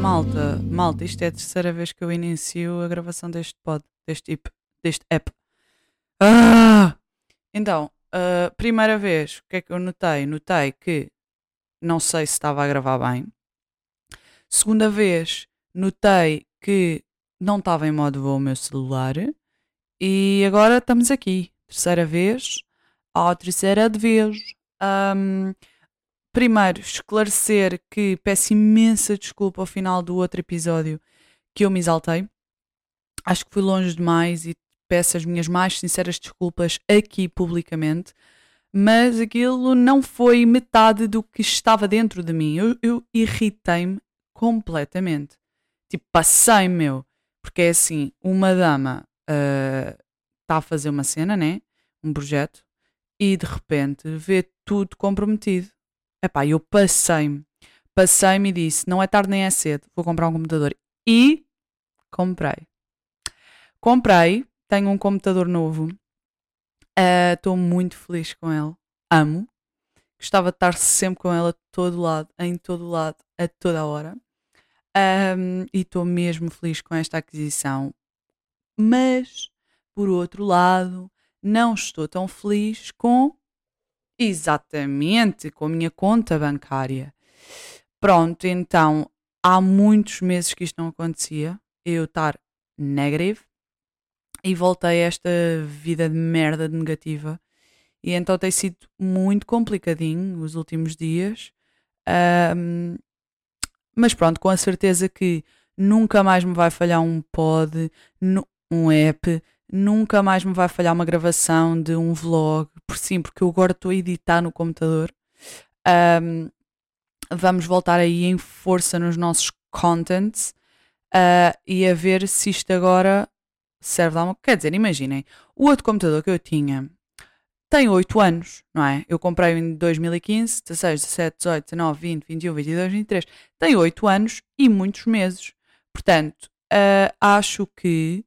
Malta, isto é a terceira vez que eu inicio a gravação deste app. Ah! Então, primeira vez, o que é que eu notei? Notei que não sei se estava a gravar bem. Segunda vez, notei que não estava em modo voo o meu celular. E agora estamos aqui. Terceira vez, à terceira de vez. Ahm, Primeiro, esclarecer que peço imensa desculpa ao final do outro episódio que eu me exaltei. Acho que fui longe demais e peço as minhas mais sinceras desculpas aqui publicamente, mas aquilo não foi metade do que estava dentro de mim. Eu irritei-me completamente. Tipo, passei, meu. Porque é assim, uma dama está a fazer uma cena, né? Um projeto, e de repente vê tudo comprometido. Epá, eu passei-me. Passei-me e disse, não é tarde nem é cedo, vou comprar um computador. E comprei. Comprei, tenho um computador novo. Estou muito feliz com ele. Amo. Gostava de estar sempre com ele a todo lado, em todo lado, a toda a hora. E estou mesmo feliz com esta aquisição. Mas, por outro lado, não estou tão feliz com exatamente com a minha conta bancária. Pronto, então há muitos meses que isto não acontecia. Eu estar negative e voltei a esta vida de merda de negativa. E então tem sido muito complicadinho os últimos dias. Ahm, mas pronto, com a certeza que nunca mais me vai falhar um pod, um app, nunca mais me vai falhar uma gravação de um vlog, por sim, porque eu agora estou a editar no computador. Ahm, Vamos voltar aí em força nos nossos contents e a ver se isto agora serve de alguma coisa. Quer dizer, imaginem, o outro computador que eu tinha tem 8 anos, não é? Eu comprei em 2015, 16, 17, 18, 19, 20, 21, 22, 23. Tem 8 anos e muitos meses. Portanto, acho que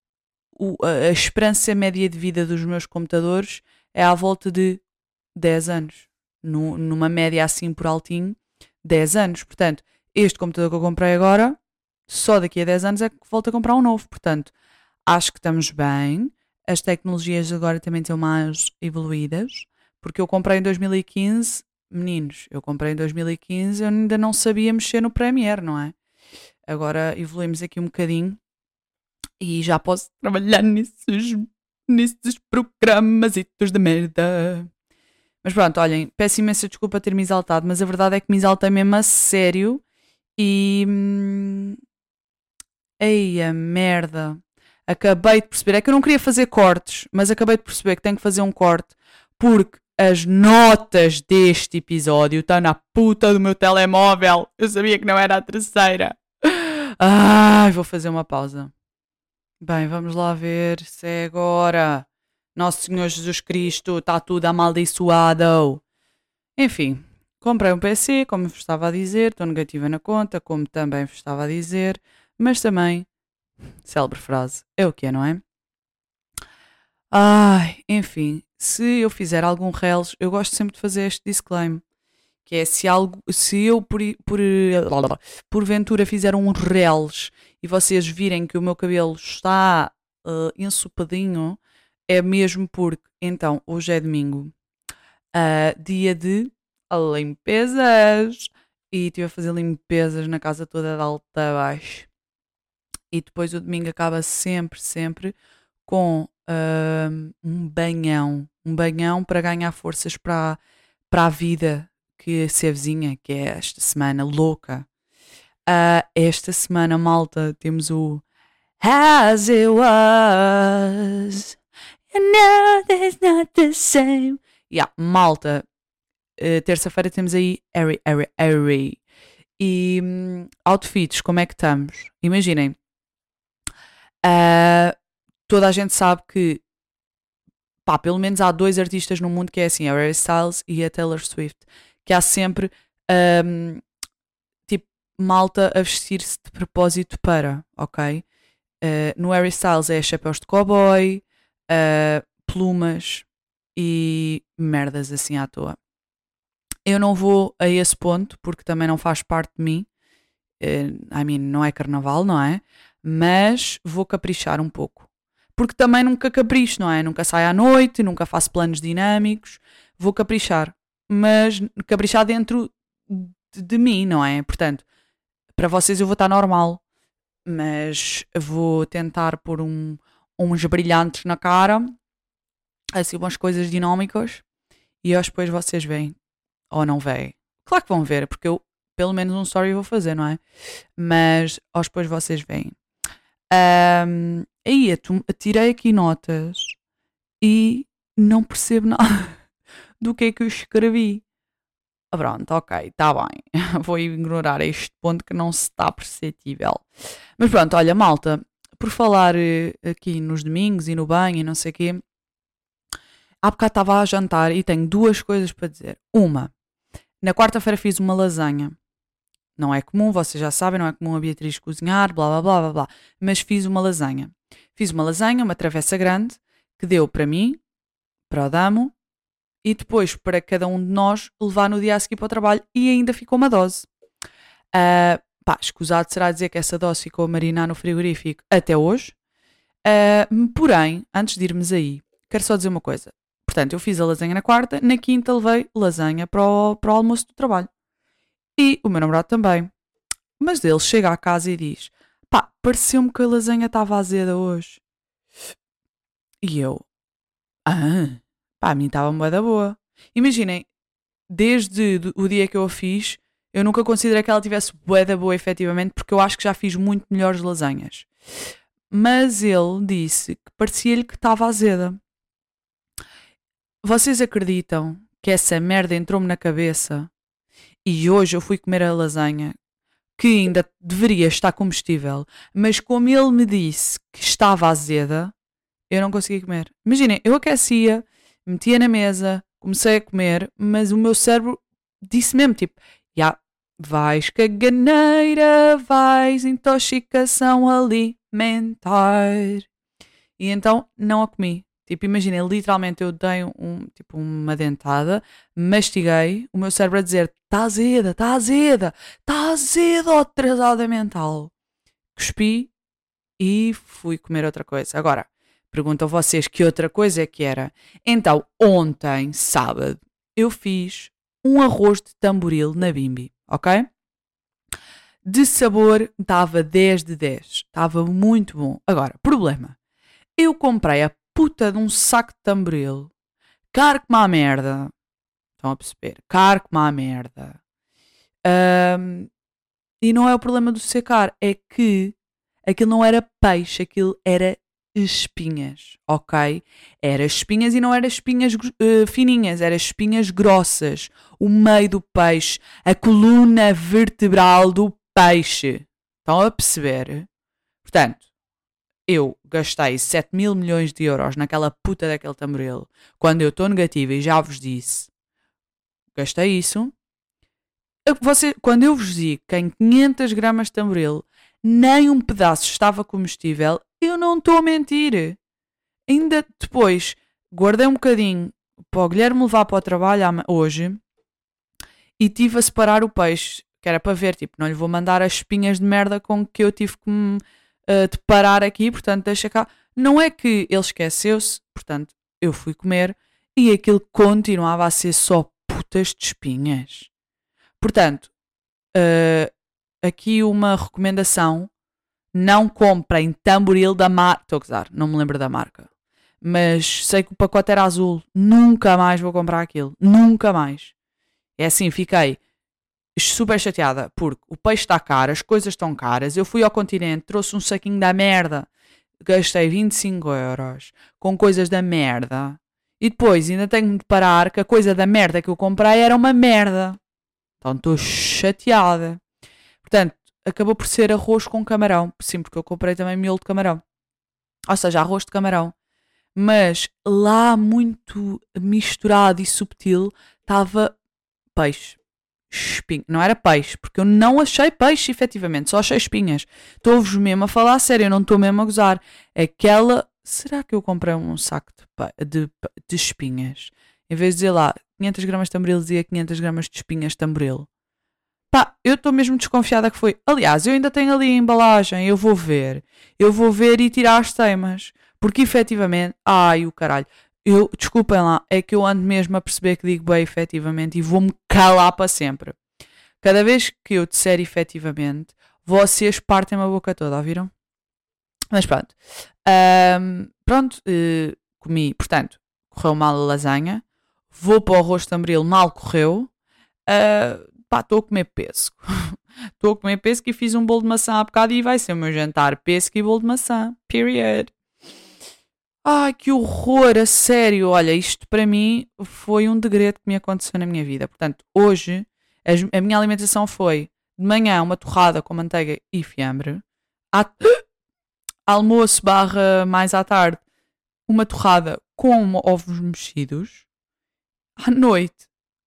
a esperança média de vida dos meus computadores é à volta de 10 anos. Numa média assim por altinho, 10 anos. Portanto, este computador que eu comprei agora, só daqui a 10 anos é que volto a comprar um novo. Portanto, acho que estamos bem. As tecnologias agora também estão mais evoluídas. Porque eu comprei em 2015, meninos, eu comprei em 2015, eu ainda não sabia mexer no Premiere, não é? Agora evoluímos aqui um bocadinho e já posso trabalhar nesses programasitos de merda. Mas pronto, olhem, peço imensa desculpa ter-me exaltado, mas a verdade é que me exaltei mesmo a sério e. Ei, a merda. Acabei de perceber. É que eu não queria fazer cortes, mas acabei de perceber que tenho que fazer um corte porque as notas deste episódio estão na puta do meu telemóvel. Eu sabia que não era a terceira. Ai, vou fazer uma pausa. Bem, vamos lá ver se é agora. Nosso Senhor Jesus Cristo, está tudo amaldiçoado. Enfim, comprei um PC, como vos estava a dizer, estou negativa na conta, como também vos estava a dizer, mas também, célebre frase, é o que é, não é? Ai, enfim, se eu fizer algum reels, eu gosto sempre de fazer este disclaimer, que é se eu porventura fizer um reels e vocês virem que o meu cabelo está ensopadinho, é mesmo porque, então, hoje é domingo, dia de limpezas, e estive a fazer limpezas na casa toda de alta a baixo. E depois o domingo acaba sempre com um banhão para ganhar forças para a vida que se avizinha, que é esta semana louca. Esta semana, malta, temos o As It Was, and now there's not the same. Yeah, malta, terça-feira temos aí Harry. E outfits, como é que estamos? Imaginem, uh, toda a gente sabe que pá, pelo menos há dois artistas no mundo que é assim, a Harry Styles e a Taylor Swift, que há sempre um, tipo malta a vestir-se de propósito para, ok? No Harry Styles é chapéus de cowboy, plumas e merdas assim à toa. Eu não vou a esse ponto porque também não faz parte de mim. não é carnaval, não é? Mas vou caprichar um pouco. Porque também nunca capricho, não é? Nunca saio à noite, nunca faço planos dinâmicos. Vou caprichar. Mas caprichar dentro de mim, não é? Portanto, para vocês eu vou estar normal. Mas vou tentar pôr uns brilhantes na cara. Assim, umas coisas dinâmicas. E depois vocês veem. Ou não veem. Claro que vão ver, porque eu pelo menos um story vou fazer, não é? Mas depois vocês veem. Aí tirei aqui notas e não percebo nada do que é que eu escrevi. Pronto, ok, está bem. Vou ignorar este ponto que não se está perceptível. Mas pronto, olha, malta, por falar aqui nos domingos e no banho e não sei o quê, há bocado estava a jantar e tenho duas coisas para dizer. Uma, na quarta-feira fiz uma lasanha. Não é comum, vocês já sabem, não é comum a Beatriz cozinhar, blá blá blá blá blá. Mas fiz uma lasanha. Fiz uma lasanha, uma travessa grande, que deu para mim, para o Damo, e depois para cada um de nós levar no dia a seguir para o trabalho e ainda ficou uma dose. Escusado será dizer que essa dose ficou a marinar no frigorífico até hoje. Porém, antes de irmos aí, quero só dizer uma coisa. Portanto, eu fiz a lasanha na quarta, na quinta levei lasanha para o almoço do trabalho. E o meu namorado também. Mas ele chega à casa e diz: pareceu-me que a lasanha estava azeda hoje. E eu: a mim estava uma da boa. Imaginem, desde o dia que eu a fiz, eu nunca considerei que ela tivesse bué da boa efetivamente, porque eu acho que já fiz muito melhores lasanhas. Mas ele disse que parecia-lhe que estava azeda. Vocês acreditam que essa merda entrou-me na cabeça e hoje eu fui comer a lasanha, que ainda deveria estar comestível, mas como ele me disse que estava azeda, eu não consegui comer. Imaginem, eu aquecia, metia na mesa, comecei a comer, mas o meu cérebro disse mesmo, tipo, vais caganeira, vais intoxicação alimentar. E então não a comi. Tipo, imaginem, literalmente eu dei uma dentada, mastiguei, o meu cérebro a dizer: está azeda, está azeda, está azeda, ó atrasada mental. Cuspi e fui comer outra coisa. Agora, pergunto a vocês que outra coisa é que era. Então, ontem, sábado, eu fiz um arroz de tamboril na Bimbi, ok? De sabor, estava 10 de 10. Estava muito bom. Agora, problema. Eu comprei a puta de um saco de tamboril. Caro como a merda. Estão a perceber? Caro como a merda. E não é o problema do ser caro. É que aquilo não era peixe. Aquilo era espinhas. Ok? Era espinhas e não era espinhas fininhas. Era espinhas grossas. O meio do peixe. A coluna vertebral do peixe. Estão a perceber? Portanto, eu gastei 7 mil milhões de euros naquela puta daquele tamboril, quando eu estou negativa e já vos disse, gastei isso. Quando eu vos digo que em 500 gramas de tamboril nem um pedaço estava comestível, eu não estou a mentir. Ainda depois guardei um bocadinho para o Guilherme levar para o trabalho hoje e tive a separar o peixe, que era para ver, tipo, não lhe vou mandar as espinhas de merda com que eu tive que me deparar aqui, portanto deixa cá. Não é que ele esqueceu-se, portanto eu fui comer e aquilo continuava a ser só putas de espinhas. Portanto, aqui uma recomendação: não comprem tamboril da marca. Estou a gozar, não me lembro da marca, mas sei que o pacote era azul. Nunca mais vou comprar aquilo, nunca mais. É assim, fiquei super chateada porque o peixe está caro, as coisas estão caras. Eu fui ao Continente, trouxe um saquinho da merda, gastei 25 euros com coisas da merda e depois ainda tenho de parar que a coisa da merda que eu comprei era uma merda. Então estou chateada. Portanto, acabou por ser arroz com camarão. Sim, porque eu comprei também miolo de camarão, ou seja, arroz de camarão. Mas lá, muito misturado e subtil, estava peixe. Não era peixe, porque eu não achei peixe, efetivamente, só achei espinhas. Estou-vos mesmo a falar a sério, eu não estou mesmo a gozar. Será que eu comprei um saco de espinhas? Em vez de dizer lá 500 gramas de tamboril, dizia 500 gramas de espinhas de tamboril. Pá, eu estou mesmo desconfiada que foi. Aliás, eu ainda tenho ali a embalagem, eu vou ver. Eu vou ver e tirar as teimas. Porque efetivamente, ai o caralho, desculpem lá, é que eu ando mesmo a perceber que digo bem efetivamente e vou-me calar para sempre. Cada vez que eu disser efetivamente, vocês partem a boca toda, ouviram? Mas pronto. Pronto, comi, portanto, correu mal a lasanha. Vou para o arroz de tamboril, mal correu. Pá, estou a comer pêssego. Estou a comer pêssego e fiz um bolo de maçã há bocado e vai ser o meu jantar. Pêssego e bolo de maçã. Period. Ai, que horror, a sério. Olha, isto para mim foi um degredo que me aconteceu na minha vida. Portanto, hoje a minha alimentação foi de manhã uma torrada com manteiga e fiambre. Almoço barra mais à tarde uma torrada com ovos mexidos. À noite,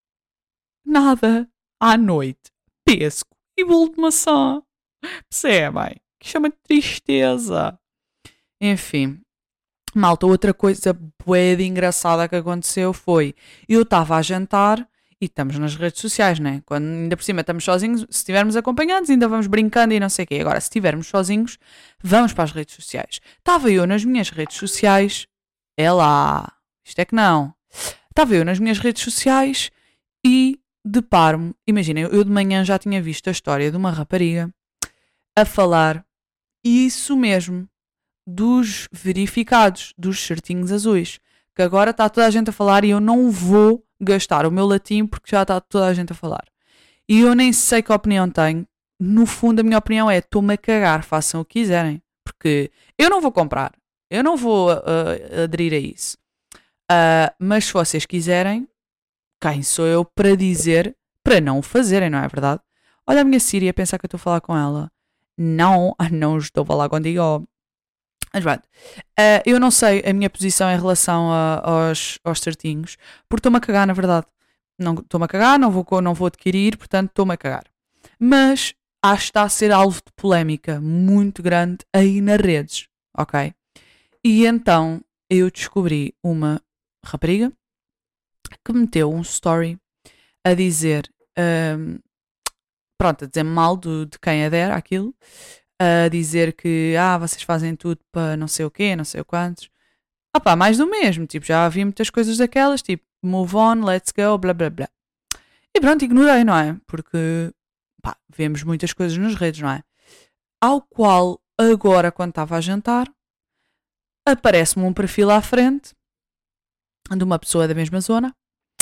nada. À noite, pêssego e bolo de maçã. Percebem? Que chama de tristeza. Enfim, malta, outra coisa bué de engraçada que aconteceu foi, eu estava a jantar e estamos nas redes sociais, né? Quando ainda por cima estamos sozinhos, se estivermos acompanhados ainda vamos brincando e não sei o quê. Agora, se estivermos sozinhos, vamos para as redes sociais. Estava eu nas minhas redes sociais, é lá, isto é que não. Estava eu nas minhas redes sociais e deparo-me, imaginem, eu de manhã já tinha visto a história de uma rapariga a falar isso mesmo, dos verificados, dos certinhos azuis, que agora está toda a gente a falar e eu não vou gastar o meu latim porque já está toda a gente a falar. E eu nem sei que opinião tenho. No fundo, a minha opinião é: estou-me a cagar, façam o que quiserem. Porque eu não vou comprar, eu não vou aderir a isso. Mas se vocês quiserem, quem sou eu para dizer para não o fazerem, não é verdade? Olha a minha Siri a pensar que eu estou a falar com ela. Não, não estou a falar contigo. Mas pronto, eu não sei a minha posição em relação aos certinhos, porque estou-me a cagar, na verdade. Não estou-me a cagar, não vou adquirir, portanto estou-me a cagar. Mas acho que está a ser alvo de polémica muito grande aí nas redes, ok? E então eu descobri uma rapariga que meteu um story a dizer, pronto, a dizer mal de quem adere àquilo, a dizer que vocês fazem tudo para não sei o quê, não sei o quantos. Mais do mesmo, tipo, já havia muitas coisas daquelas, tipo, move on, let's go, blá blá blá. E pronto, ignorei, não é? Porque, vemos muitas coisas nas redes, não é? Ao qual, agora, quando estava a jantar, aparece-me um perfil à frente de uma pessoa da mesma zona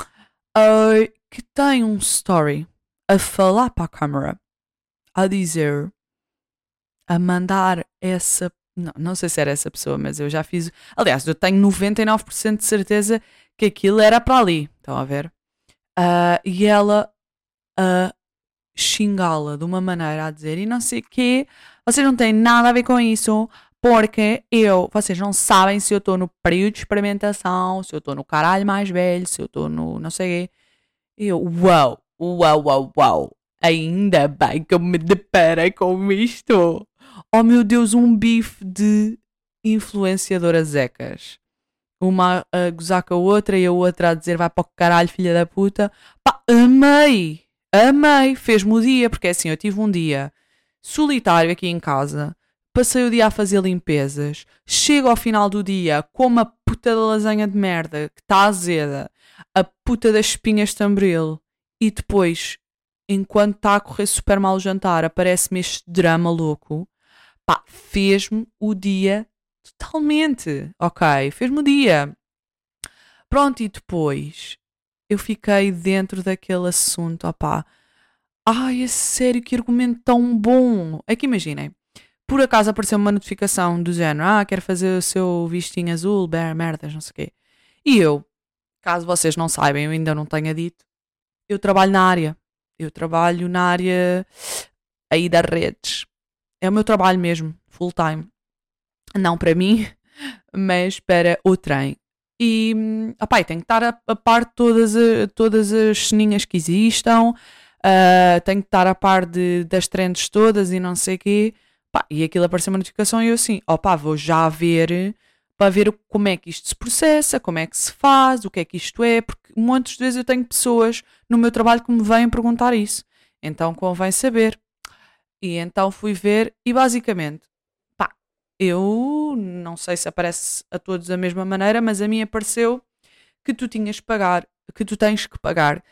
que tem um story a falar para a câmara, a dizer, a mandar essa. Não sei se era essa pessoa, mas eu já fiz. Aliás, eu tenho 99% de certeza que aquilo era para ali. Estão a ver? E ela a xingá-la de uma maneira a dizer, e não sei o quê, vocês não têm nada a ver com isso, porque vocês não sabem se eu estou no período de experimentação, se eu estou no caralho mais velho, se eu estou no não sei o quê. E eu, uau. Ainda bem que eu me deparei com isto. Oh meu Deus, um bife de influenciadoras zecas. Uma a gozar com a outra e a outra a dizer vai para o caralho, filha da puta. Amei, fez-me o dia, porque assim, eu tive um dia solitário aqui em casa, passei o dia a fazer limpezas, chego ao final do dia, como a puta da lasanha de merda que está azeda, a puta das espinhas de tamboril, e depois, enquanto está a correr super mal o jantar, aparece-me este drama louco. Fez-me o dia totalmente, ok? Fez-me o dia. Pronto, e depois eu fiquei dentro daquele assunto, é sério, que argumento tão bom. É que imaginem, por acaso apareceu uma notificação do género, quero fazer o seu vistinho azul, merdas, não sei o quê. E eu, caso vocês não saibam, eu ainda não tenha dito, eu trabalho na área. Eu trabalho na área aí das redes. É o meu trabalho mesmo, full time. Não para mim, mas para o trem. E, tenho que estar a par de todas as ceninhas que existam, tenho que estar a par das trends todas e não sei o quê. E aquilo apareceu uma notificação e eu assim, vou já ver, para ver como é que isto se processa, como é que se faz, o que é que isto é, porque muitas vezes eu tenho pessoas no meu trabalho que me vêm perguntar isso. Então convém saber. E então fui ver e basicamente, pá, eu não sei se aparece a todos da mesma maneira, mas a mim apareceu que tu tens que pagar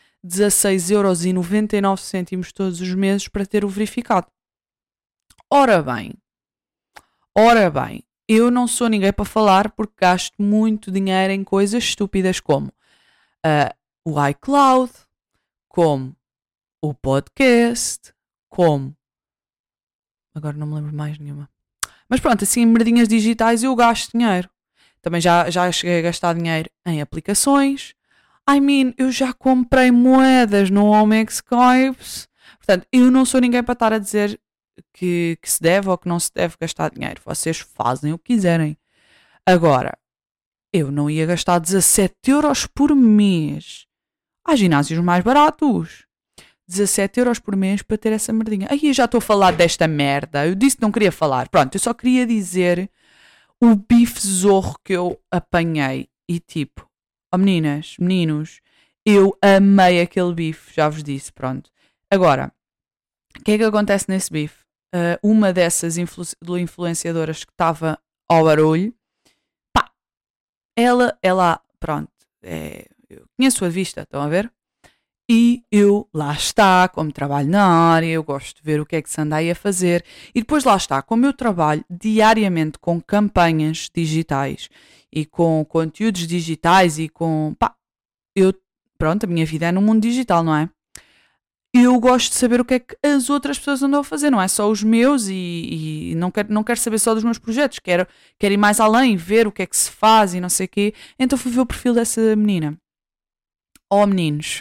16,99 € todos os meses para ter o verificado. Ora bem, ora bem, eu não sou ninguém para falar porque gasto muito dinheiro em coisas estúpidas como o iCloud, como o podcast, como. Agora não me lembro mais nenhuma. Mas pronto, assim, em merdinhas digitais eu gasto dinheiro. Também já cheguei a gastar dinheiro em aplicações. Eu já comprei moedas no Omex Coins. Portanto, eu não sou ninguém para estar a dizer que se deve ou que não se deve gastar dinheiro. Vocês fazem o que quiserem. Agora, eu não ia gastar 17 € por mês. Há ginásios mais baratos. 17 € por mês para ter essa merdinha. Aí eu já estou a falar desta merda. Eu disse que não queria falar. Pronto, eu só queria dizer o bife zorro que eu apanhei. E tipo, meninas, meninos, eu amei aquele bife. Já vos disse, pronto. Agora, o que é que acontece nesse bife? Uma dessas influenciadoras que estava ao barulho, pá, ela pronto, eu conheço a vista, estão a ver? E eu, lá está, como trabalho na área, eu gosto de ver o que é que se anda aí a fazer. E depois lá está, como eu trabalho diariamente com campanhas digitais e com conteúdos digitais e com, pá, pronto, a minha vida é no mundo digital, não é? Eu gosto de saber o que é que as outras pessoas andam a fazer, não é só os meus e não quero saber só dos meus projetos, quero ir mais além, ver o que é que se faz e não sei o quê. Então fui ver o perfil dessa menina. Oh meninos,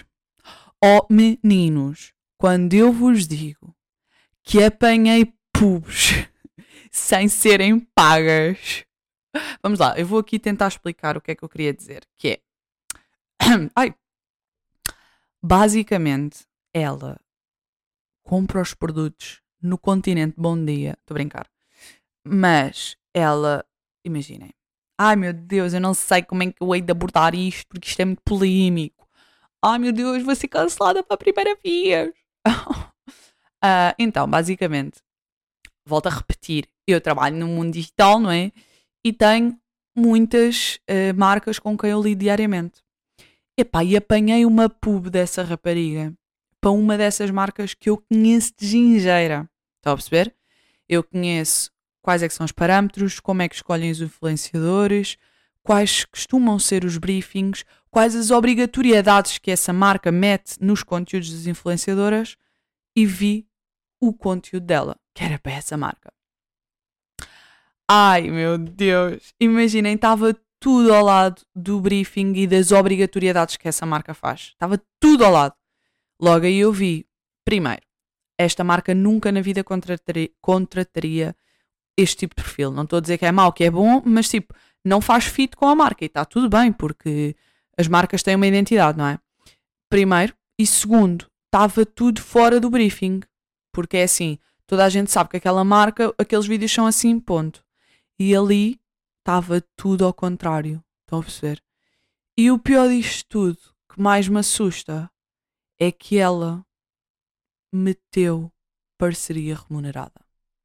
quando eu vos digo que apanhei pubs sem serem pagas. Vamos lá, eu vou aqui tentar explicar o que é que eu queria dizer, que é... Ai. Basicamente, ela compra os produtos no continente Bom Dia. Estou a brincar. Mas ela, imaginem. Ai meu Deus, eu não sei como é que eu hei de abordar isto, porque isto é muito polémico. Ai meu Deus, vou ser cancelada para a primeira vez. Então, basicamente, volto a repetir, eu trabalho no mundo digital, não é? E tenho muitas marcas com quem eu lido diariamente. Epá, e apanhei uma pub dessa rapariga para uma dessas marcas que eu conheço de gingeira. Está a perceber? Eu conheço quais é que são os parâmetros, como é que escolhem os influenciadores, quais costumam ser os briefings, quais as obrigatoriedades que essa marca mete nos conteúdos das influenciadoras e vi o conteúdo dela, que era para essa marca. Ai meu Deus! Imaginem, estava tudo ao lado do briefing e das obrigatoriedades que essa marca faz. Estava tudo ao lado. Logo aí eu vi, primeiro, esta marca nunca na vida contrataria este tipo de perfil. Não estou a dizer que é mau, que é bom, mas tipo, não faz fit com a marca e está tudo bem, porque as marcas têm uma identidade, não é? Primeiro. E segundo, estava tudo fora do briefing. Porque é assim, toda a gente sabe que aquela marca, aqueles vídeos são assim, ponto. E ali estava tudo ao contrário. Estão a perceber? E o pior disto tudo, que mais me assusta, é que ela meteu parceria remunerada.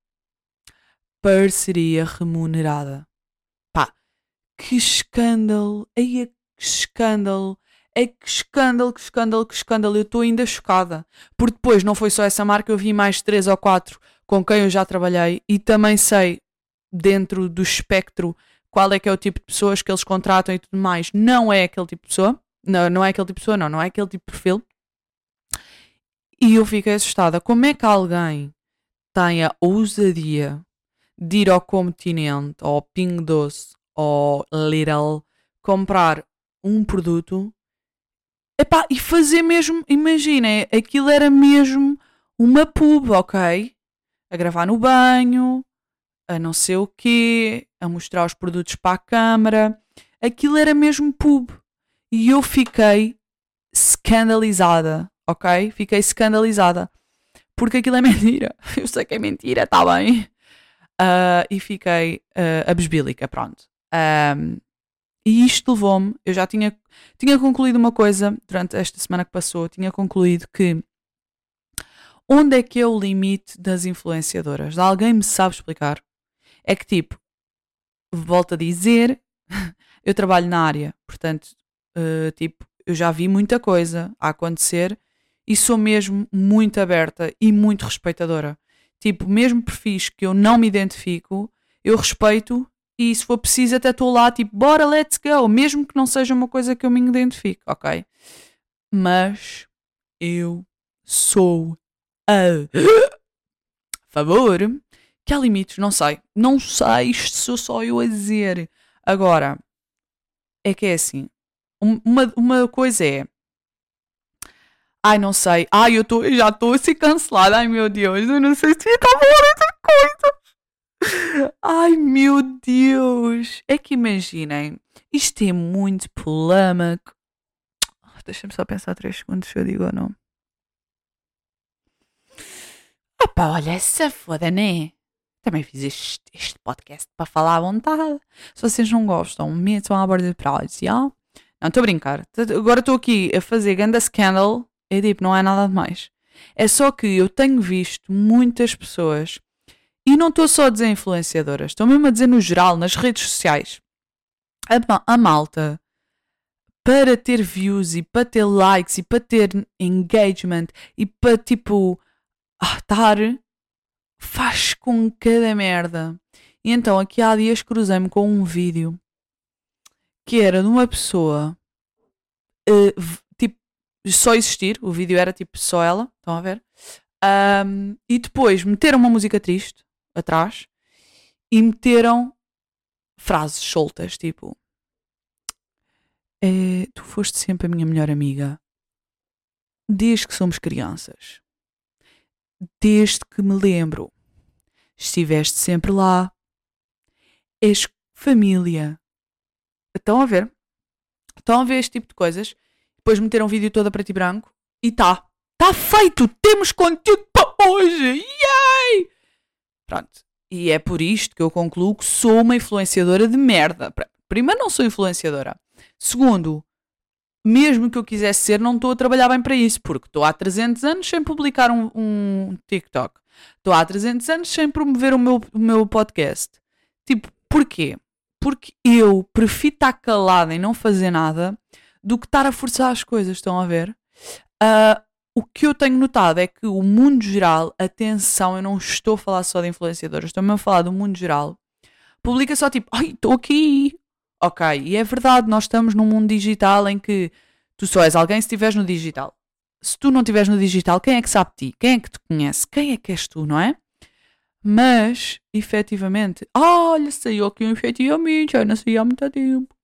Parceria remunerada. Pá, que escândalo. Ai, que escândalo. É que escândalo, que escândalo, que escândalo. Eu estou ainda chocada. Porque depois não foi só essa marca, eu vi mais 3 ou 4 com quem eu já trabalhei e também sei, dentro do espectro, qual é que é o tipo de pessoas que eles contratam e tudo mais. Não é aquele tipo de pessoa. Não é aquele tipo de pessoa, não é aquele tipo de perfil. E eu fiquei assustada. Como é que alguém tem a ousadia de ir ao Continente, ou ao Pingo Doce, ou Lidl, comprar um produto, epá, e fazer mesmo, imaginem, aquilo era mesmo uma pub, ok? A gravar no banho, a não sei o quê, a mostrar os produtos para a câmara, aquilo era mesmo pub. E eu fiquei escandalizada, ok? Fiquei escandalizada. Porque aquilo é mentira. Eu sei que é mentira, está bem? E fiquei abesbílica, pronto. E isto levou-me, eu já tinha concluído uma coisa durante esta semana que passou, tinha concluído que Onde é que é o limite das influenciadoras? Alguém me sabe explicar? É que tipo, volto a dizer, eu trabalho na área, portanto, tipo, eu já vi muita coisa a acontecer e sou mesmo muito aberta e muito respeitadora. Tipo, mesmo perfis que eu não me identifico, eu respeito e se for preciso até estou lá, tipo, bora, let's go, mesmo que não seja uma coisa que eu me identifique, ok? Mas eu sou a favor que há limites, não sei. Não sei, isto sou só eu a dizer. Agora, é que é assim. Uma coisa é. Ai, não sei. Ai, eu já estou a ser cancelada. Ai, meu Deus. Eu não sei se está a falar outra coisa. Ai, meu Deus. É que imaginem. Isto é muito polémico. Deixa-me só pensar 3 segundos se eu digo ou não. Opa, olha, se foda, né? Também fiz este podcast para falar à vontade. Se vocês não gostam, metam à borda de praia. Já? Não, estou a brincar. Agora estou aqui a fazer ganda scandal. É tipo, não é nada demais. É só que eu tenho visto muitas pessoas, e não estou só a dizer influenciadoras, estou mesmo a dizer no geral, nas redes sociais, a malta, para ter views e para ter likes e para ter engagement e para tipo estar, faz com cada merda. E então aqui há dias cruzei-me com um vídeo que era de uma pessoa, tipo, só existir, o vídeo era tipo só ela, estão a ver? E depois meteram uma música triste atrás e meteram frases soltas, tipo, tu foste sempre a minha melhor amiga desde que somos crianças, desde que me lembro, estiveste sempre lá, és família. Estão a ver? Estão a ver este tipo de coisas? Depois meteram um vídeo todo a preto e branco e tá. Está feito! Temos conteúdo para hoje! Yay! Pronto. E é por isto que eu concluo que sou uma influenciadora de merda. Primeiro, não sou influenciadora. Segundo, mesmo que eu quisesse ser, não estou a trabalhar bem para isso, porque estou há 300 anos sem publicar um TikTok. Estou há 300 anos sem promover o meu podcast. Tipo, porquê? Porque eu prefiro estar calada e não fazer nada do que estar a forçar as coisas, estão a ver? O que eu tenho notado é que o mundo geral, atenção, eu não estou a falar só de influenciadores, estou mesmo a falar do mundo geral, publica só tipo, ai, estou aqui. Ok, e é verdade, nós estamos num mundo digital em que tu só és alguém se estiveres no digital. Se tu não estiveres no digital, quem é que sabe de ti? Quem é que te conhece? Quem é que és tu, não é? Mas, efetivamente, olha, saiu aqui efetivamente, já não saía há muito tempo.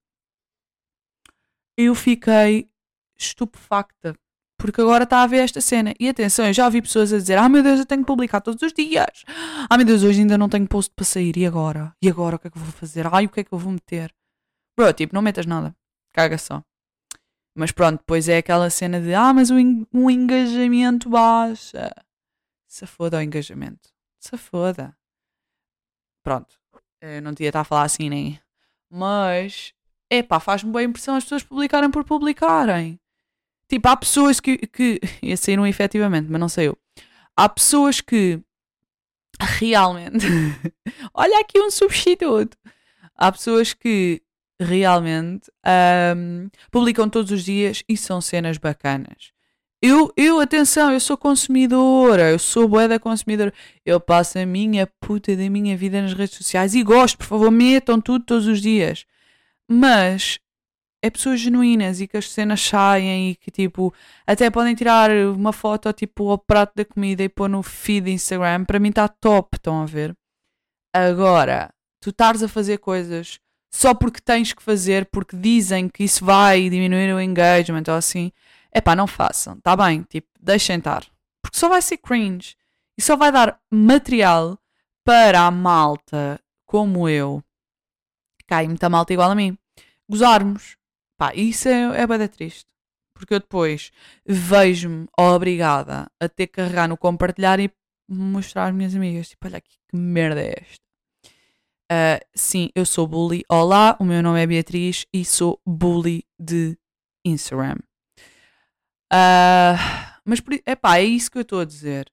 Eu fiquei estupefacta, porque agora está a ver esta cena. E atenção, eu já ouvi pessoas a dizer, meu Deus, eu tenho que publicar todos os dias. Meu Deus, hoje ainda não tenho post para sair, e agora? E agora o que é que eu vou fazer? O que é que eu vou meter? Bro, tipo, não metas nada, caga só. Mas pronto, depois é aquela cena de mas o engajamento baixa. Se foda o engajamento. Se foda. Pronto. Eu não tinha estar a falar assim nem. Mas, faz-me boa impressão as pessoas publicarem por publicarem. Tipo, há pessoas que ia saíram efetivamente, mas não saiu. Há pessoas que realmente. Olha aqui um substituto. Há pessoas que realmente publicam todos os dias e são cenas bacanas. Atenção, eu sou consumidora, eu sou bué da consumidora. Eu passo a minha puta da minha vida nas redes sociais e gosto, por favor, metam tudo todos os dias. Mas é pessoas genuínas e que as cenas saem e que tipo, até podem tirar uma foto tipo ao prato da comida e pôr no feed do Instagram. Para mim está top, estão a ver? Agora, tu estares a fazer coisas só porque tens que fazer, porque dizem que isso vai diminuir o engagement ou assim, não façam, tá bem? Tipo, deixem estar. Porque só vai ser cringe e só vai dar material para a malta como eu, que há muita malta igual a mim, gozarmos. Isso é bem triste. Porque eu depois vejo-me obrigada a ter que carregar no compartilhar e mostrar às minhas amigas. Tipo, olha aqui, que merda é esta? Sim, eu sou bully. Olá, o meu nome é Beatriz e sou bully de Instagram. Mas é isso que eu estou a dizer.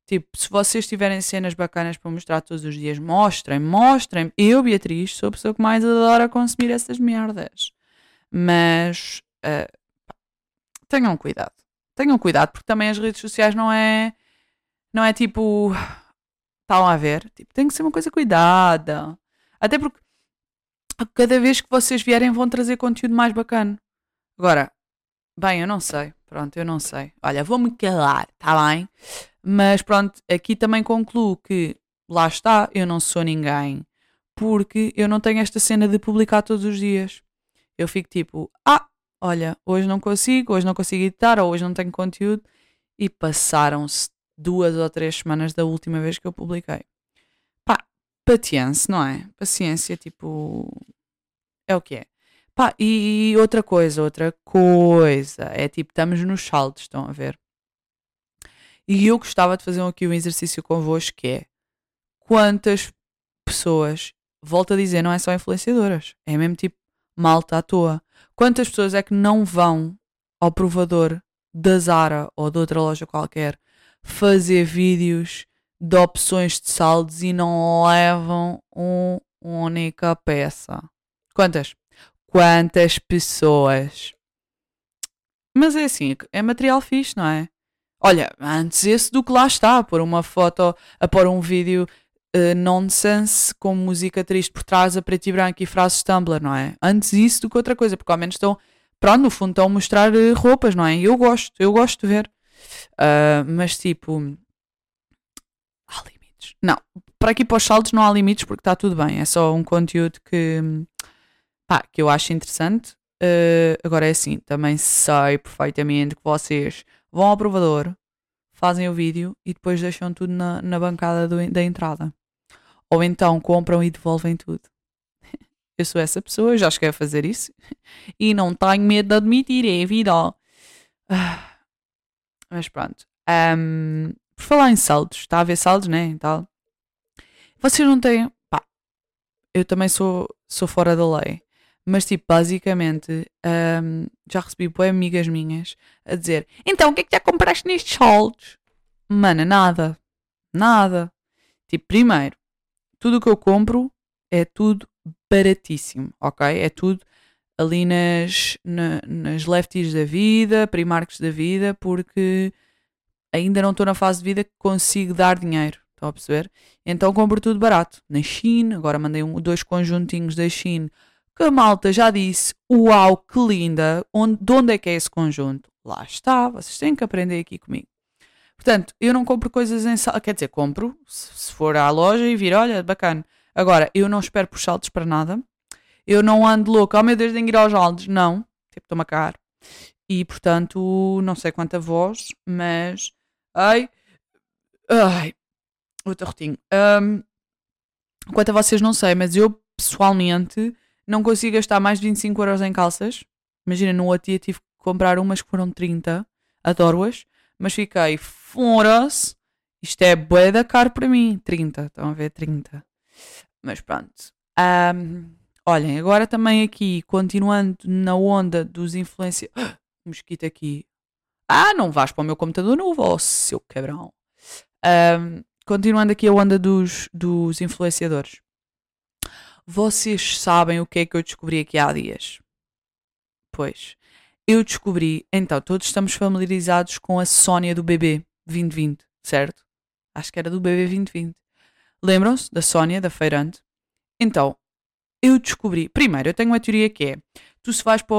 Tipo, se vocês tiverem cenas bacanas para mostrar todos os dias, mostrem. Eu, Beatriz, sou a pessoa que mais adora consumir essas merdas. Mas tenham cuidado. Tenham cuidado, porque também as redes sociais não é tipo. Estão a ver? Tipo, tem que ser uma coisa cuidada. Até porque cada vez que vocês vierem vão trazer conteúdo mais bacana. Agora, bem, eu não sei. Pronto, eu não sei. Olha, vou-me calar, tá bem? Mas pronto, aqui também concluo que lá está, eu não sou ninguém. Porque eu não tenho esta cena de publicar todos os dias. Eu fico tipo, olha, hoje não consigo editar, ou hoje não tenho conteúdo. E passaram-se 2 ou 3 semanas da última vez que eu publiquei. Pá, paciência, não é? Paciência, tipo, é o que é. Pá, e outra coisa, é tipo, estamos nos saltos, estão a ver? E eu gostava de fazer aqui um exercício convosco que é, quantas pessoas, volto a dizer, não é só influenciadoras, é mesmo tipo, malta à toa. Quantas pessoas é que não vão ao provador da Zara ou de outra loja qualquer fazer vídeos de opções de saldos e não levam uma única peça? Quantas? Quantas pessoas? Mas é assim, é material fixe, não é? Olha, antes esse do que lá está, a pôr uma foto, a pôr um vídeo nonsense com música triste por trás, a preto e branco e frases Tumblr, não é? Antes isso do que outra coisa, porque ao menos estão, pronto, no fundo estão a mostrar roupas, não é? E eu gosto de ver. Mas tipo, há limites. Não, para aqui para os saldos não há limites porque está tudo bem, é só um conteúdo que eu acho interessante. Agora é assim, também sei perfeitamente que vocês vão ao provador, fazem o vídeo e depois deixam tudo na bancada da entrada. Ou então compram e devolvem tudo. Eu sou essa pessoa, já cheguei a fazer isso e não tenho medo de admitir, é vida. Mas pronto. Por falar em saldos, está a haver saldos, né? E tal. Vocês não têm. Pá, eu também sou fora da lei. Mas, tipo, basicamente, já recebi boas amigas minhas a dizer: Então, o que é que já compraste nestes saldos? Mana, nada. Nada. Tipo, primeiro, tudo o que eu compro é tudo baratíssimo, ok? É tudo ali nas lefties da vida, Primarks da vida, porque ainda não estou na fase de vida que consigo dar dinheiro. Estão a perceber? Então compro tudo barato. Na Shein, agora mandei 2 conjuntinhos da Shein que a malta já disse: Uau, que linda! De onde é que é esse conjunto? Lá está, vocês têm que aprender aqui comigo. Portanto, eu não compro coisas em saldo. Quer dizer, compro se for à loja e vir, olha, bacana. Agora, eu não espero por saldos para nada. Eu não ando louco, oh meu Deus, tenho que ir aos saldos. Não, tipo, estou-me a cagar. E portanto, não sei quanto a vós, mas. Ai, ai, outro rotinho. Quanto a vocês, não sei, mas eu pessoalmente não consigo gastar mais de 25 € em calças. Imagina, no outro dia tive que comprar umas que foram 30, adoro-as, mas fiquei, fora-se, isto é bué da caro para mim. 30, estão a ver? 30. Mas pronto. Olhem, agora também aqui, continuando na onda dos influenciadores. Mosquito aqui. Não vais para o meu computador novo, oh seu cabrão. Continuando aqui a onda dos influenciadores. Vocês sabem o que é que eu descobri aqui há dias? Pois, eu descobri, então, todos estamos familiarizados com a Sónia do BB 2020, certo? Acho que era do BB 2020. Lembram-se da Sónia, da feirante? Então, eu descobri. Primeiro, eu tenho uma teoria que é: tu se vais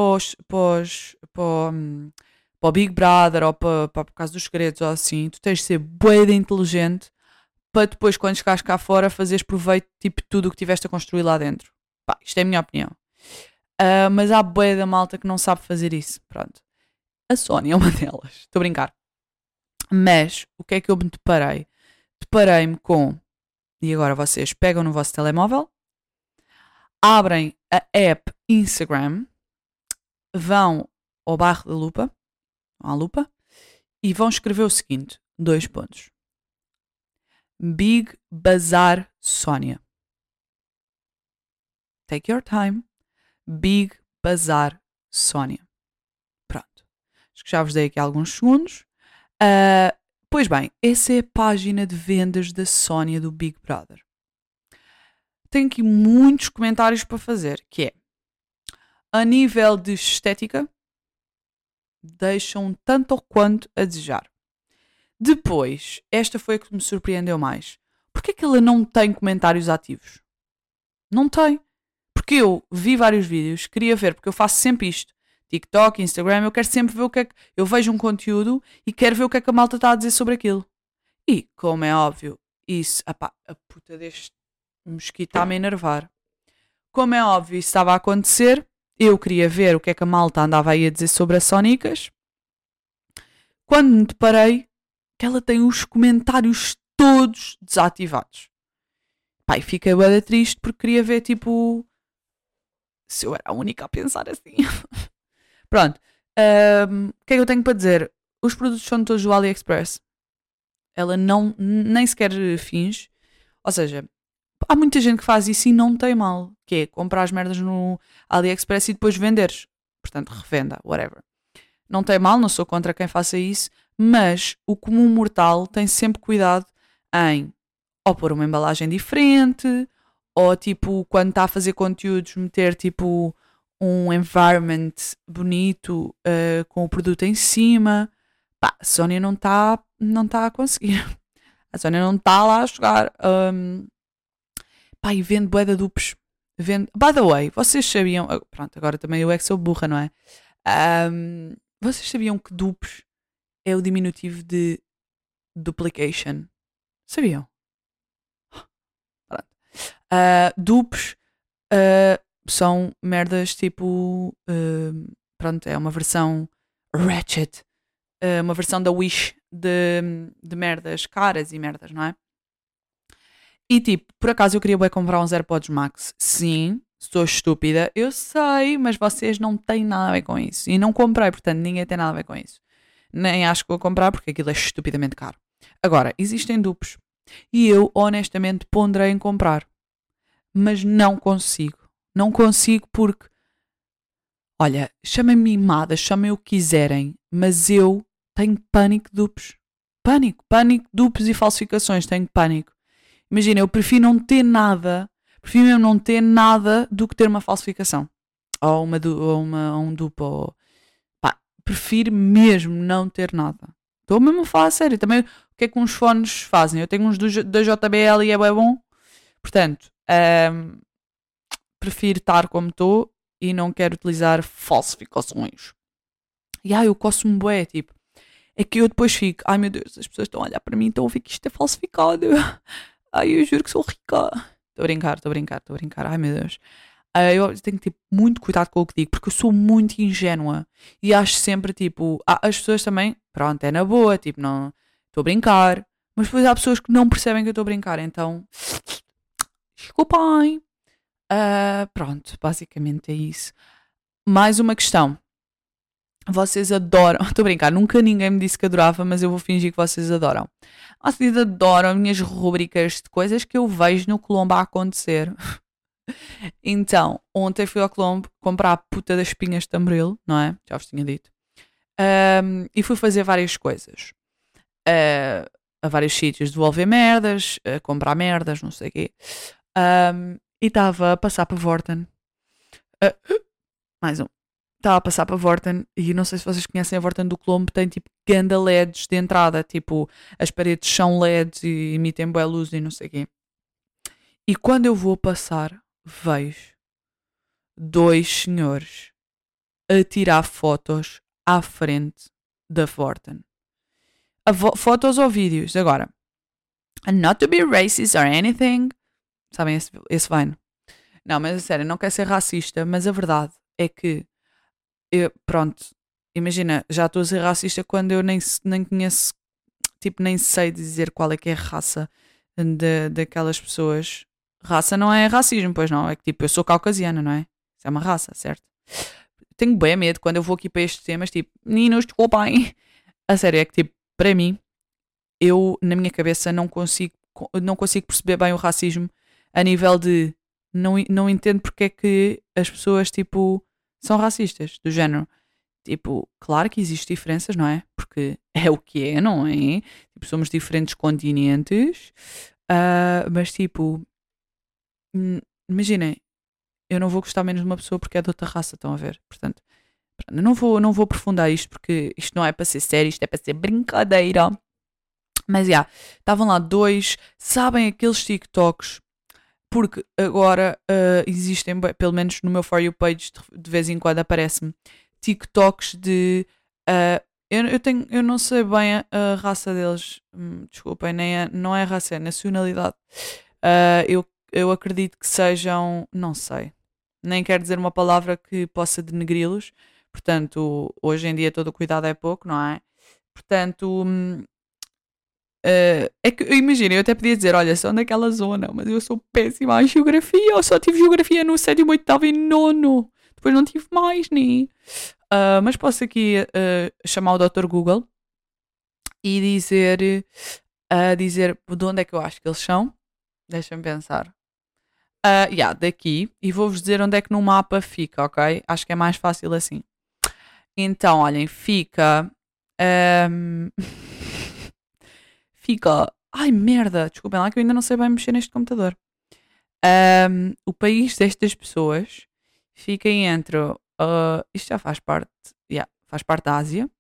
para o Big Brother ou para o Casa dos Segredos ou assim, tu tens de ser bué de inteligente para depois, quando chegares cá fora, fazeres proveito tipo tudo o que tiveste a construir lá dentro. Pá, isto é a minha opinião. Mas há bué da malta que não sabe fazer isso. Pronto. A Sónia é uma delas. Estou a brincar. Mas, o que é que eu me deparei? Deparei-me com... E agora vocês pegam no vosso telemóvel, abrem a app Instagram, vão ao barro da lupa, à lupa, e vão escrever o seguinte, 2 pontos. Big Bazar Sónia. Take your time. Big Bazar Sónia. Pronto. Acho que já vos dei aqui alguns segundos. Pois bem, essa é a página de vendas da Sónia do Big Brother. Tenho aqui muitos comentários para fazer, que é, a nível de estética, deixam tanto ou quanto a desejar. Depois, esta foi a que me surpreendeu mais. Porquê que ela não tem comentários ativos? Não tem. Porque eu vi vários vídeos, queria ver, porque eu faço sempre isto. TikTok, Instagram, eu quero sempre ver o que é que... Eu vejo um conteúdo e quero ver o que é que a malta está a dizer sobre aquilo. E, como é óbvio, isso... Apá, a puta deste mosquito está-me a enervar. Como é óbvio, isso estava a acontecer. Eu queria ver o que é que a malta andava aí a dizer sobre as Sónicas. Quando me deparei que ela tem os comentários todos desativados. Pai, fiquei bué triste porque queria ver, tipo, se eu era a única a pensar assim. Pronto. O que é que eu tenho para dizer? Os produtos são todos do AliExpress. Ela não, nem sequer finge. Ou seja, há muita gente que faz isso e não tem mal. Que é comprar as merdas no AliExpress e depois venderes. Portanto, revenda, whatever. Não tem mal, não sou contra quem faça isso, mas o comum mortal tem sempre cuidado em ou pôr uma embalagem diferente, ou tipo, quando está a fazer conteúdos, meter tipo um environment bonito com o produto em cima. Pá, a Sónia não tá a conseguir. A Sónia não está lá a chegar. Pá, e vende bué de dupes. Vende... By the way, vocês sabiam... Pronto, agora também eu é que sou burra, não é? Vocês sabiam que dupes é o diminutivo de duplication? Sabiam? Pronto. Dupes são merdas tipo. Pronto, é uma versão ratchet. Uma versão da Wish de merdas caras e merdas, não é? E tipo, por acaso eu queria bué comprar uns AirPods Max. Sim, sou estúpida, eu sei, mas vocês não têm nada a ver com isso. E não comprei, portanto ninguém tem nada a ver com isso. Nem acho que vou comprar porque aquilo é estupidamente caro. Agora, existem dupes. E eu, honestamente, ponderei em comprar. Mas não consigo. Não consigo porque, olha, chamem-me mimada, chamem o que quiserem, mas eu tenho pânico de dupes. Pânico, dupes e falsificações, tenho pânico. Imagina, eu prefiro não ter nada, prefiro mesmo não ter nada do que ter uma falsificação. Ou um dupe, ou... Pá, prefiro mesmo não ter nada. Estou mesmo a falar a sério. Também o que é que uns fones fazem? Eu tenho uns da JBL e é bem bom. Portanto, prefiro estar como estou e não quero utilizar falsificações. E eu coço-me bué, tipo. É que eu depois fico, ai meu Deus, as pessoas estão a olhar para mim e estão a ver que isto é falsificado. Ai, eu juro que sou rica. Estou a brincar. Ai meu Deus. Eu tenho que ter muito cuidado com o que digo, porque eu sou muito ingênua. E acho sempre, tipo, as pessoas também, pronto, é na boa, tipo, não, estou a brincar. Mas depois há pessoas que não percebem que eu estou a brincar, então, desculpem. Pronto, basicamente é isso. Mais uma questão. Vocês adoram. Estou a brincar, nunca ninguém me disse que adorava, mas eu vou fingir que vocês adoram. Vocês adoram as minhas rubricas de coisas que eu vejo no Colombo a acontecer. Então, ontem fui ao Colombo comprar a puta das espinhas de tamboril, não é? Já vos tinha dito. E fui fazer várias coisas. A vários sítios, devolver merdas, comprar merdas, não sei o quê. E estava a passar para Vorten. Mais um. Estava a passar para Vorten e não sei se vocês conhecem a Vorten do Colombo, tem tipo ganda LEDs de entrada, tipo as paredes são LEDs e emitem boa luz e não sei o quê. E quando eu vou passar, vejo dois senhores a tirar fotos à frente da Vorten. Fotos ou vídeos. Agora, not to be racist or anything. Sabem esse Vine? Não, mas a sério, não quero ser racista, mas a verdade é que pronto, imagina, já estou a ser racista quando eu nem conheço, tipo, nem sei dizer qual é que é a raça daquelas pessoas. Raça não é racismo, pois não, é que tipo, eu sou caucasiana, não é? Isso é uma raça, certo? Tenho bem medo quando eu vou aqui para estes temas, tipo, meninos, desculpem. A sério, é que tipo, para mim, eu, na minha cabeça, não consigo perceber bem o racismo a nível de, não entendo porque é que as pessoas, tipo, são racistas, do género. Tipo, claro que existem diferenças, não é? Porque é o que é, não é? Tipo, somos diferentes continentes. Mas tipo, imaginem, eu não vou gostar menos de uma pessoa porque é de outra raça, estão a ver? Portanto, não vou aprofundar isto porque isto não é para ser sério, isto é para ser brincadeira. Mas já, estavam lá dois, sabem aqueles TikToks, porque agora existem, pelo menos no meu For You page, de vez em quando aparece-me TikToks de. ah, eu não sei bem a raça deles, desculpem, não é a raça, é a nacionalidade. Eu acredito que sejam, não sei, nem quero dizer uma palavra que possa denegri-los, portanto, hoje em dia todo o cuidado é pouco, não é? Portanto, é que imagina, eu até podia dizer, olha, são daquela zona, mas eu sou péssima em geografia, eu só tive geografia no sétimo, oitavo e nono, depois não tive mais, nem. Mas posso aqui chamar o Dr. Google e dizer de onde é que eu acho que eles são. Deixa-me pensar. Daqui. E vou-vos dizer onde é que no mapa fica, ok? Acho que é mais fácil assim. Então, olhem, fica. ahm, fica. Ai, merda! Desculpem lá que eu ainda não sei bem mexer neste computador. O país destas pessoas fica entre. Isto já faz parte. Faz parte da Ásia.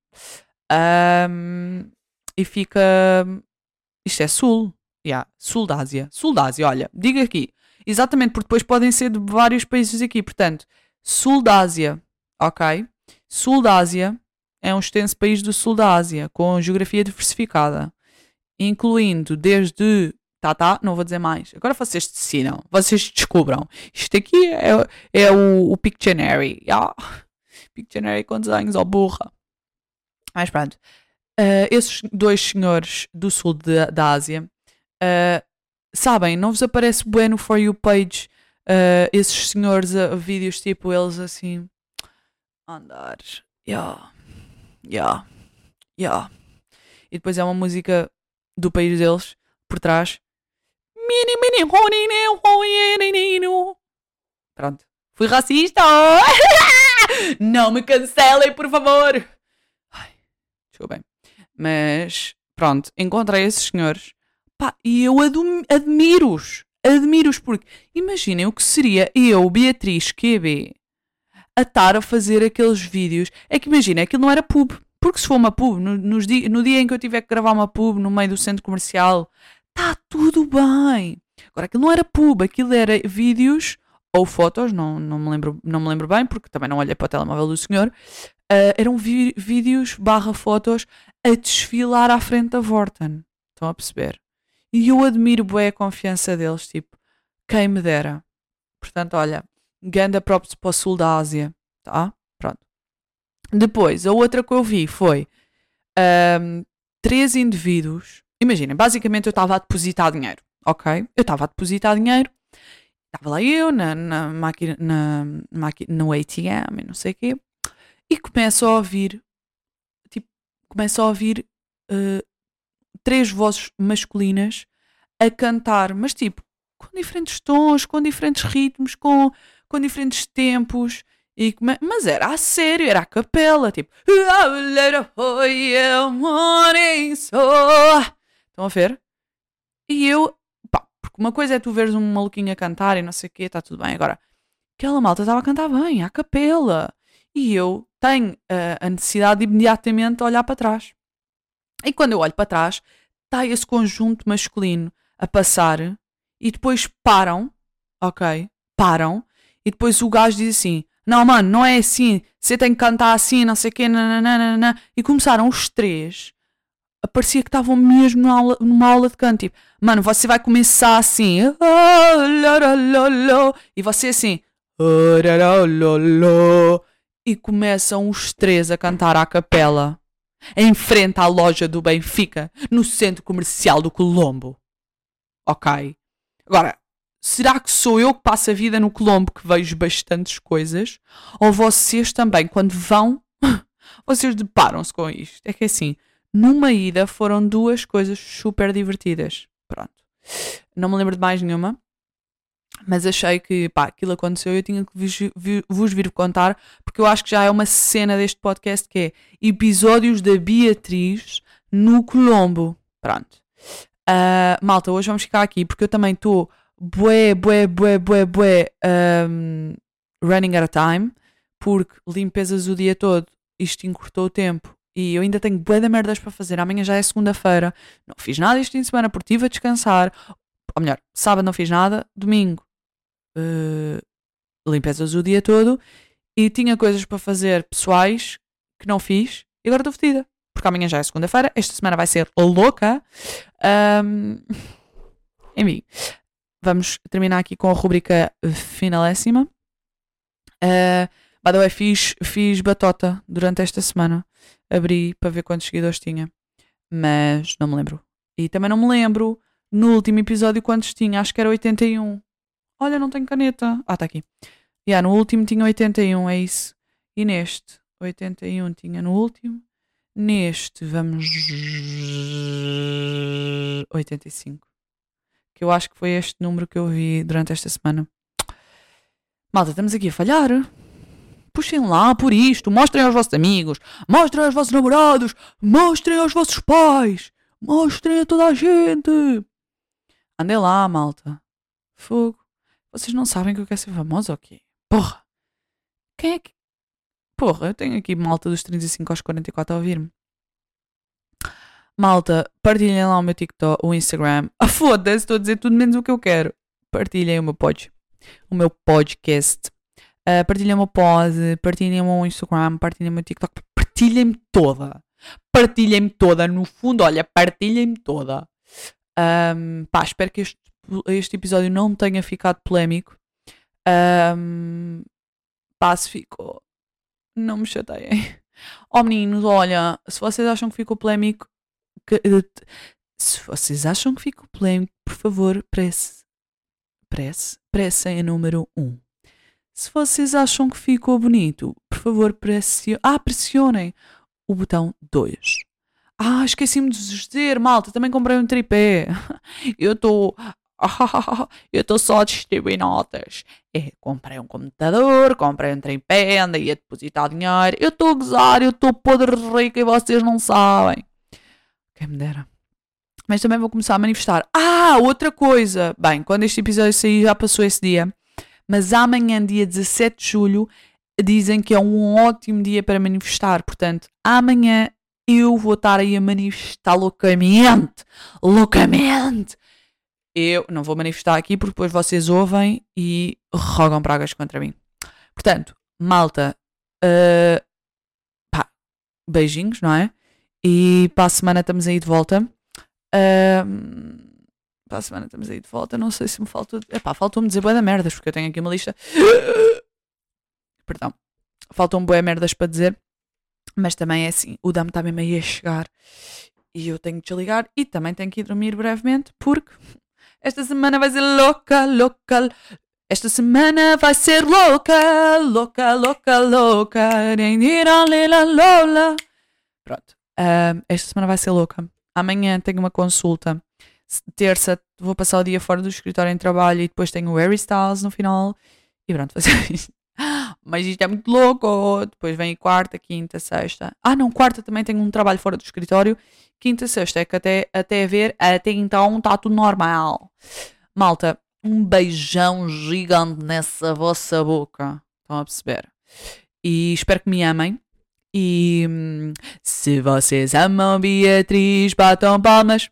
E fica. Isto é sul. Sul da Ásia. Sul da Ásia, olha. Diga aqui. Exatamente, porque depois podem ser de vários países aqui. Portanto, sul da Ásia. Ok? Sul da Ásia é um extenso país do sul da Ásia, com geografia diversificada, incluindo desde. Não vou dizer mais. Agora vocês decidam, vocês descubram. Isto aqui é o Pictionary. Pictionary com desenhos, ó burra. Mas pronto. Esses dois senhores do sul da Ásia, sabem, não vos aparece bué no For You page esses senhores a vídeos tipo eles assim a andar. Yeah. E depois é uma música do país deles por trás. Pronto. Fui racista! Não me cancelem, por favor! Ai, desculpem. Mas, pronto, encontrei esses senhores. Pá, e eu admiro-os. Admiro-os porque, imaginem o que seria eu, Beatriz QB, a estar a fazer aqueles vídeos. É que imagina, aquilo não era pub. Porque se for uma pub, no dia em que eu tiver que gravar uma pub no meio do centro comercial, está tudo bem. Agora, aquilo não era pub, aquilo era vídeos ou fotos, não me lembro bem, porque também não olhei para o telemóvel do senhor. Eram vídeos / fotos a desfilar à frente da Vorten. Estão a perceber? E eu admiro bem a confiança deles, tipo, quem me dera. Portanto, olha, ganda props para o sul da Ásia, tá? Pronto. Depois, a outra que eu vi foi 3 indivíduos. Imaginem, basicamente eu estava a depositar dinheiro, ok? Eu estava a depositar dinheiro, estava lá eu na máquina, no ATM e não sei o quê, e começo a ouvir, uh, 3 vozes masculinas a cantar, mas tipo, com diferentes tons, com diferentes ritmos, com diferentes tempos. Mas era a sério, era a capela, tipo. Estão a ver? E eu, pá, porque uma coisa é tu veres um maluquinho a cantar e não sei o quê, está tudo bem. Agora, aquela malta estava a cantar bem, à capela. E eu tenho a necessidade de imediatamente olhar para trás. E quando eu olho para trás, está esse conjunto masculino a passar e depois param, ok? Param e depois o gajo diz assim: não, mano, não é assim, você tem que cantar assim, não sei o quê, nananana. E começaram os 3, parecia que estavam mesmo numa aula de canto, tipo, mano, você vai começar assim, e você assim, e começam os 3 a cantar à capela em frente à loja do Benfica, no centro comercial do Colombo. Ok? Agora, será que sou eu que passo a vida no Colombo que vejo bastantes coisas? Ou vocês também, quando vão, vocês deparam-se com isto? É que assim, numa ida foram 2 coisas super divertidas. Pronto. Não me lembro de mais nenhuma. Mas achei que, pá, aquilo aconteceu e eu tinha que vos vir contar, porque eu acho que já é uma cena deste podcast que é episódios da Beatriz no Colombo. Pronto. Malta, hoje vamos ficar aqui porque eu também estou bué, running out of time, porque limpezas o dia todo, isto encurtou o tempo e eu ainda tenho bué de merdas para fazer. Amanhã já é segunda-feira, não fiz nada este fim de semana porque estive a descansar. Ou melhor, sábado não fiz nada, domingo limpezas o dia todo e tinha coisas para fazer pessoais que não fiz e agora estou fedida. Porque amanhã já é segunda-feira, esta semana vai ser louca. Enfim, vamos terminar aqui com a rubrica finalíssima. By the way, fiz batota durante esta semana. Abri para ver quantos seguidores tinha, mas não me lembro. E também não me lembro no último episódio quantos tinha, acho que era 81. Olha, não tenho caneta. Está aqui. No último tinha 81, é isso. E neste, 81 tinha no último. Neste, vamos... 85. Que eu acho que foi este número que eu vi durante esta semana. Malta, estamos aqui a falhar. Puxem lá por isto. Mostrem aos vossos amigos. Mostrem aos vossos namorados. Mostrem aos vossos pais. Mostrem a toda a gente. Andem lá, malta. Fogo. Vocês não sabem que eu quero ser famosa ou quê? Porra. Quem é que... Porra, eu tenho aqui malta dos 35 aos 44 a ouvir-me. Malta, partilhem lá o meu TikTok, o Instagram. Foda-se, estou a dizer tudo menos o que eu quero. Partilhem o meu podcast. Partilhem o meu pod, partilhem o meu Instagram, partilhem o meu TikTok. Partilhem-me toda. Partilhem-me toda. No fundo, olha, partilhem-me toda. Espero que este episódio não tenha ficado polémico. Se ficou, não me chateiem. Meninos, olha, se vocês acham que ficou polémico, por favor, pressem a número 1. Se vocês acham que ficou bonito, por favor, pressionem o botão 2. Esqueci-me de vos dizer, malta, também comprei um tripé. Eu estou só a distribuir notas. Comprei um computador, comprei um tripé, andei a depositar dinheiro. Eu estou a gozar, eu estou podre rica e vocês não sabem. Quem me dera. Mas também vou começar a manifestar. Outra coisa. Bem, quando este episódio sair já passou esse dia. Mas amanhã, dia 17 de julho, dizem que é um ótimo dia para manifestar. Portanto, amanhã eu vou estar aí a manifestar loucamente. Loucamente. Eu não vou manifestar aqui porque depois vocês ouvem e rogam pragas contra mim. Portanto, malta, beijinhos, não é? E para a semana estamos aí de volta. Não sei se me falta... faltou-me dizer bué da merdas, porque eu tenho aqui uma lista. Perdão. Faltam bué merdas para dizer. Mas também é assim, o Damo está mesmo aí a chegar. E eu tenho que desligar. E também tenho que ir dormir brevemente, porque esta semana vai ser louca. Esta semana vai ser louca. Pronto. Esta semana vai ser louca. Amanhã tenho uma consulta. Terça vou passar o dia fora do escritório em trabalho e depois tenho o Harry Styles no final. E pronto, vai ser isto. Mas isto é muito louco. Depois vem quarta, quinta, sexta. Quarta também tenho um trabalho fora do escritório. Quinta, sexta, é que até então está tudo normal. Malta, um beijão gigante nessa vossa boca. Estão a perceber? E espero que me amem. E se vocês amam Beatriz, batam palmas.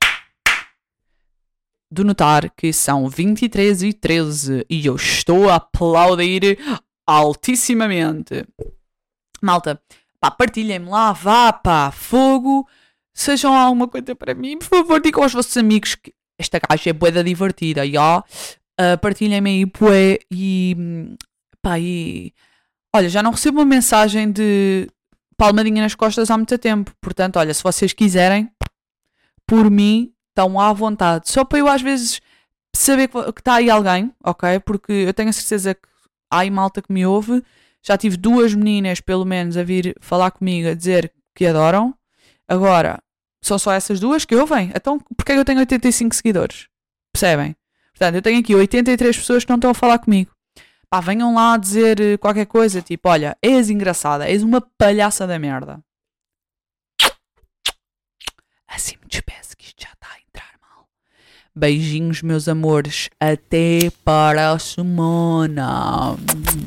De notar que são 23h13 e eu estou a aplaudir altissimamente. Malta, partilhem-me lá, fogo. Sejam alguma coisa para mim, por favor, digam aos vossos amigos que esta gaja é bué da divertida, partilhem-me aí, bué, e olha, já não recebo uma mensagem de palmadinha nas costas há muito tempo, portanto, olha, se vocês quiserem, por mim, estão à vontade, só para eu às vezes saber que está aí alguém, ok, porque eu tenho a certeza que há aí malta que me ouve, já tive 2 meninas, pelo menos, a vir falar comigo, a dizer que adoram, agora... São só essas 2 que ouvem? Então, porquê é que eu tenho 85 seguidores? Percebem? Portanto, eu tenho aqui 83 pessoas que não estão a falar comigo. Pá, venham lá dizer qualquer coisa, tipo, olha, és engraçada, és uma palhaça da merda. Assim me despeço que isto já está a entrar mal. Beijinhos, meus amores. Até para a semana.